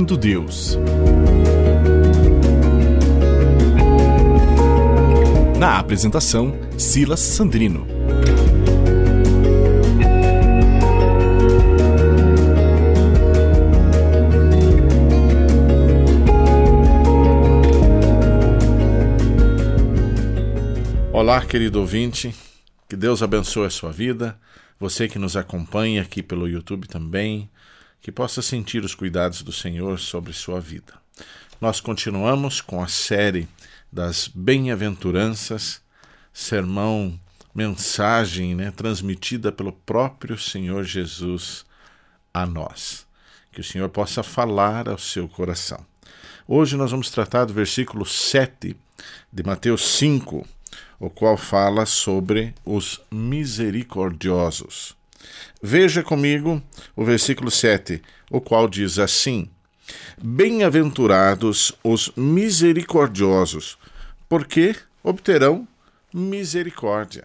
Conhecendo Deus. Na apresentação, Silas Sandrino. Olá, querido ouvinte, que Deus abençoe a sua vida, você que nos acompanha aqui pelo YouTube também, que possa sentir os cuidados do Senhor sobre sua vida. Nós continuamos com a série das bem-aventuranças, sermão, mensagem, transmitida pelo próprio Senhor Jesus a nós. Que o Senhor possa falar ao seu coração. Hoje nós vamos tratar do versículo 7 de Mateus 5, o qual fala sobre os misericordiosos. Veja comigo o versículo 7, o qual diz assim: Bem-aventurados os misericordiosos, porque obterão misericórdia.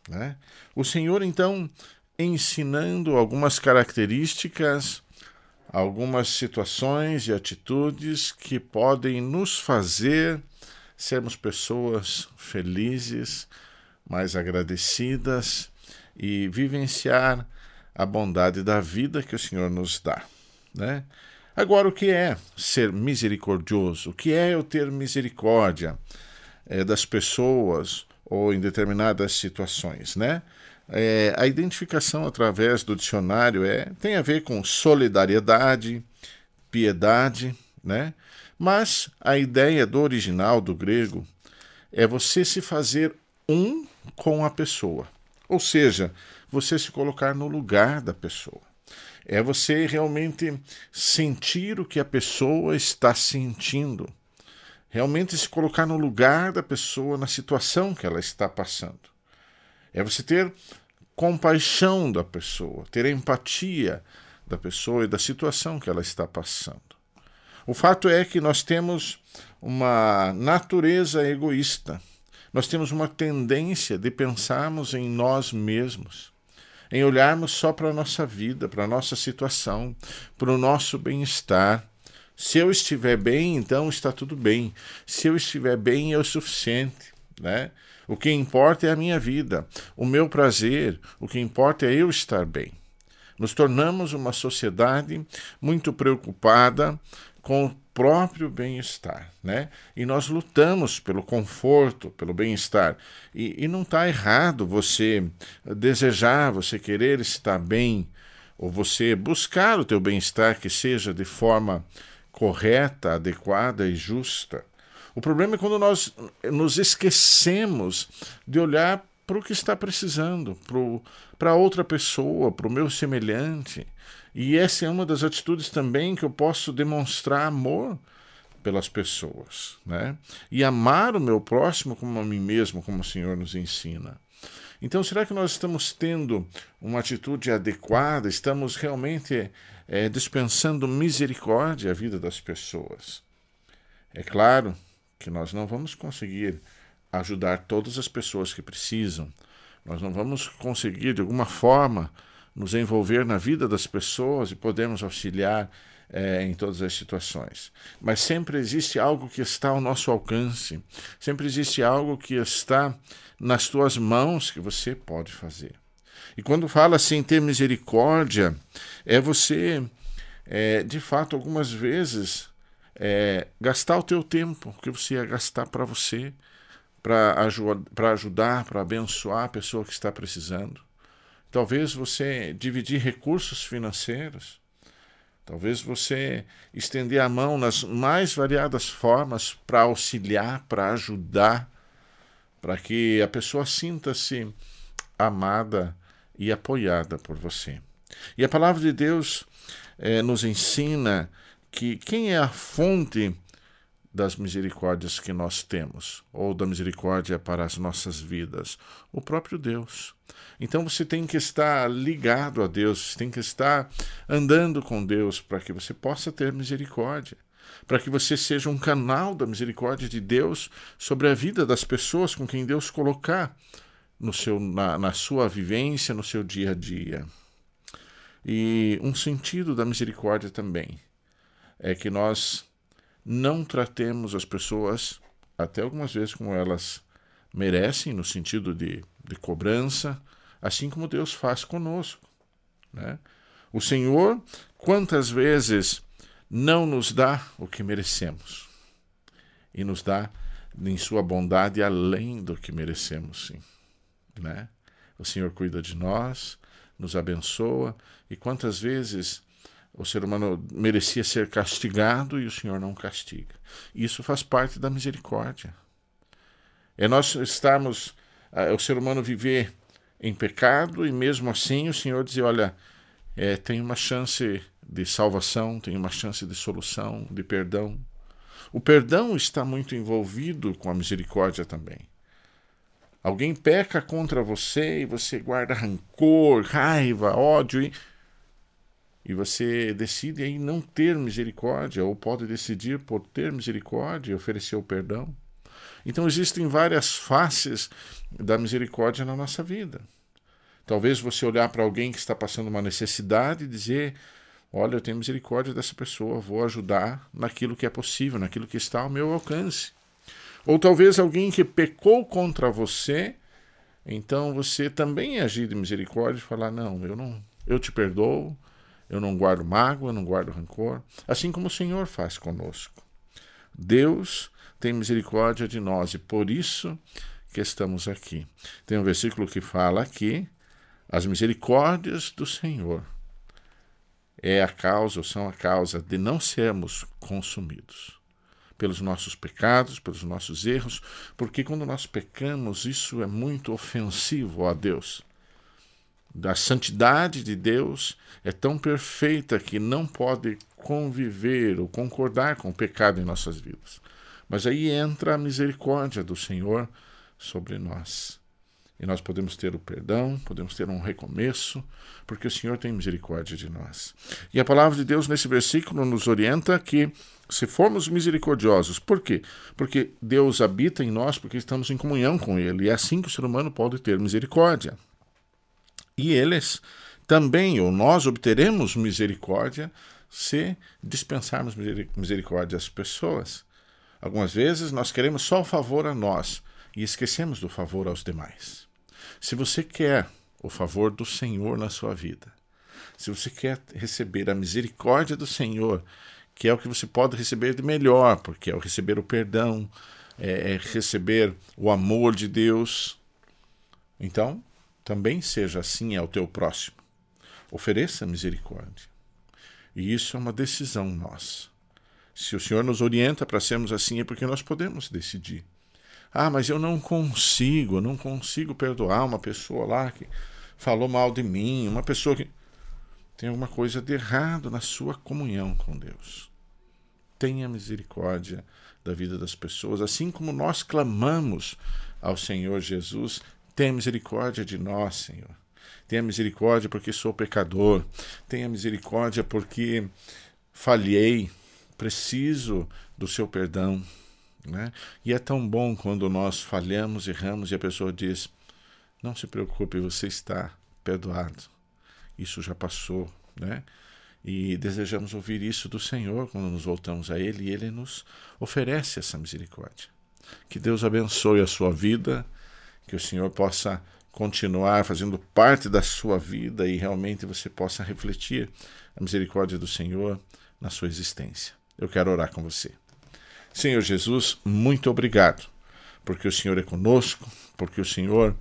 O Senhor, então, ensinando algumas características, algumas situações e atitudes que podem nos fazer sermos pessoas felizes, mais agradecidas e vivenciar a bondade da vida que o Senhor nos dá. Agora, o que é ser misericordioso? O que é eu ter misericórdia das pessoas ou em determinadas situações? A identificação através do dicionário tem a ver com solidariedade, piedade, Mas a ideia do original, do grego, é você se fazer um com a pessoa. Ou seja, você se colocar no lugar da pessoa. É você realmente sentir o que a pessoa está sentindo. Realmente se colocar no lugar da pessoa, na situação que ela está passando. É você ter compaixão da pessoa, ter empatia da pessoa e da situação que ela está passando. O fato é que nós temos uma natureza egoísta. Nós temos uma tendência de pensarmos em nós mesmos, em olharmos só para a nossa vida, para a nossa situação, para o nosso bem-estar. Se eu estiver bem, então está tudo bem. Se eu estiver bem, é o suficiente. O que importa é a minha vida, o meu prazer, o que importa é eu estar bem. Nos tornamos uma sociedade muito preocupada com o próprio bem-estar, E nós lutamos pelo conforto, pelo bem-estar. E não está errado você desejar, você querer estar bem, ou você buscar o teu bem-estar que seja de forma correta, adequada e justa. O problema é quando nós nos esquecemos de olhar para o que está precisando, para outra pessoa, para o meu semelhante. E essa é uma das atitudes também que eu posso demonstrar amor pelas pessoas, E amar o meu próximo como a mim mesmo, como o Senhor nos ensina. Então, será que nós estamos tendo uma atitude adequada? Estamos realmente dispensando misericórdia à vida das pessoas? É claro que nós não vamos conseguir ajudar todas as pessoas que precisam. Nós não vamos conseguir, de alguma forma, nos envolver na vida das pessoas e podemos auxiliar em todas as situações. Mas sempre existe algo que está ao nosso alcance, sempre existe algo que está nas tuas mãos que você pode fazer. E quando fala assim, ter misericórdia, é você, de fato, algumas vezes, gastar o teu tempo que você ia gastar para você, para ajudar, para abençoar a pessoa que está precisando. Talvez você dividir recursos financeiros. Talvez você estender a mão nas mais variadas formas para auxiliar, para ajudar, para que a pessoa sinta-se amada e apoiada por você. E a palavra de Deus nos ensina que quem é a fonte das misericórdias que nós temos, ou da misericórdia para as nossas vidas? O próprio Deus. Então você tem que estar ligado a Deus, você tem que estar andando com Deus para que você possa ter misericórdia, para que você seja um canal da misericórdia de Deus sobre a vida das pessoas com quem Deus colocar na sua vivência, no seu dia a dia. E um sentido da misericórdia também é que nós não tratemos as pessoas, até algumas vezes, como elas merecem, no sentido de cobrança, assim como Deus faz conosco, né? O Senhor, quantas vezes, não nos dá o que merecemos, e nos dá, em sua bondade, além do que merecemos, sim, né? O Senhor cuida de nós, nos abençoa, e quantas vezes o ser humano merecia ser castigado e o Senhor não castiga. Isso faz parte da misericórdia. É nós estarmos, o ser humano viver em pecado e mesmo assim o Senhor dizer, olha, tem uma chance de salvação, tem uma chance de solução, de perdão. O perdão está muito envolvido com a misericórdia também. Alguém peca contra você e você guarda rancor, raiva, ódio e você decide aí não ter misericórdia, ou pode decidir por ter misericórdia e oferecer o perdão. Então existem várias faces da misericórdia na nossa vida. Talvez você olhar para alguém que está passando uma necessidade e dizer, olha, eu tenho misericórdia dessa pessoa, vou ajudar naquilo que é possível, naquilo que está ao meu alcance. Ou talvez alguém que pecou contra você, então você também agir de misericórdia e falar, não, eu te perdoo, eu não guardo mágoa, eu não guardo rancor, assim como o Senhor faz conosco. Deus tem misericórdia de nós e por isso que estamos aqui. Tem um versículo que fala aqui, as misericórdias do Senhor são a causa de não sermos consumidos pelos nossos pecados, pelos nossos erros, porque quando nós pecamos, isso é muito ofensivo a Deus. A santidade de Deus é tão perfeita que não pode conviver ou concordar com o pecado em nossas vidas. Mas aí entra a misericórdia do Senhor sobre nós. E nós podemos ter o perdão, podemos ter um recomeço, porque o Senhor tem misericórdia de nós. E a palavra de Deus nesse versículo nos orienta que se formos misericordiosos, por quê? Porque Deus habita em nós, porque estamos em comunhão com Ele. E é assim que o ser humano pode ter misericórdia. E eles também, ou nós obteremos misericórdia se dispensarmos misericórdia às pessoas. Algumas vezes nós queremos só o favor a nós e esquecemos do favor aos demais. Se você quer o favor do Senhor na sua vida, se você quer receber a misericórdia do Senhor, que é o que você pode receber de melhor, porque é o receber o perdão, é receber o amor de Deus, então também seja assim ao teu próximo. Ofereça misericórdia. E isso é uma decisão nossa. Se o Senhor nos orienta para sermos assim, é porque nós podemos decidir. Mas eu não consigo perdoar uma pessoa lá que falou mal de mim, uma pessoa que... Tem alguma coisa de errado na sua comunhão com Deus. Tenha misericórdia da vida das pessoas, assim como nós clamamos ao Senhor Jesus, tenha misericórdia de nós, Senhor. Tenha misericórdia porque sou pecador. Tenha misericórdia porque falhei, preciso do seu perdão. Né? E é tão bom quando nós falhamos, erramos e a pessoa diz, não se preocupe, você está perdoado, isso já passou, né? E desejamos ouvir isso do Senhor quando nos voltamos a Ele e Ele nos oferece essa misericórdia. Que Deus abençoe a sua vida, que o Senhor possa continuar fazendo parte da sua vida e realmente você possa refletir a misericórdia do Senhor na sua existência. Eu quero orar com você. Senhor Jesus, muito obrigado, porque o Senhor é conosco, porque o Senhor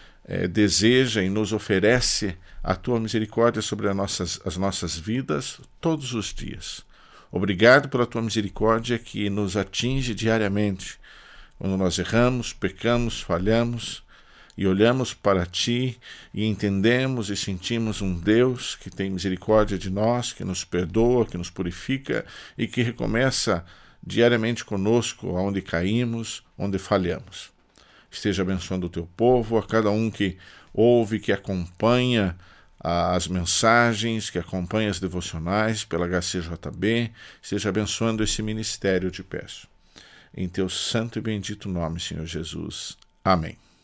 deseja e nos oferece a tua misericórdia sobre as nossas vidas todos os dias. Obrigado pela tua misericórdia que nos atinge diariamente, quando nós erramos, pecamos, falhamos e olhamos para ti e entendemos e sentimos um Deus que tem misericórdia de nós, que nos perdoa, que nos purifica e que recomeça diariamente conosco, onde caímos, onde falhamos. Esteja abençoando o teu povo, a cada um que ouve, que acompanha as mensagens, que acompanha as devocionais pela HCJB, esteja abençoando esse ministério, eu te peço. Em teu santo e bendito nome, Senhor Jesus. Amém.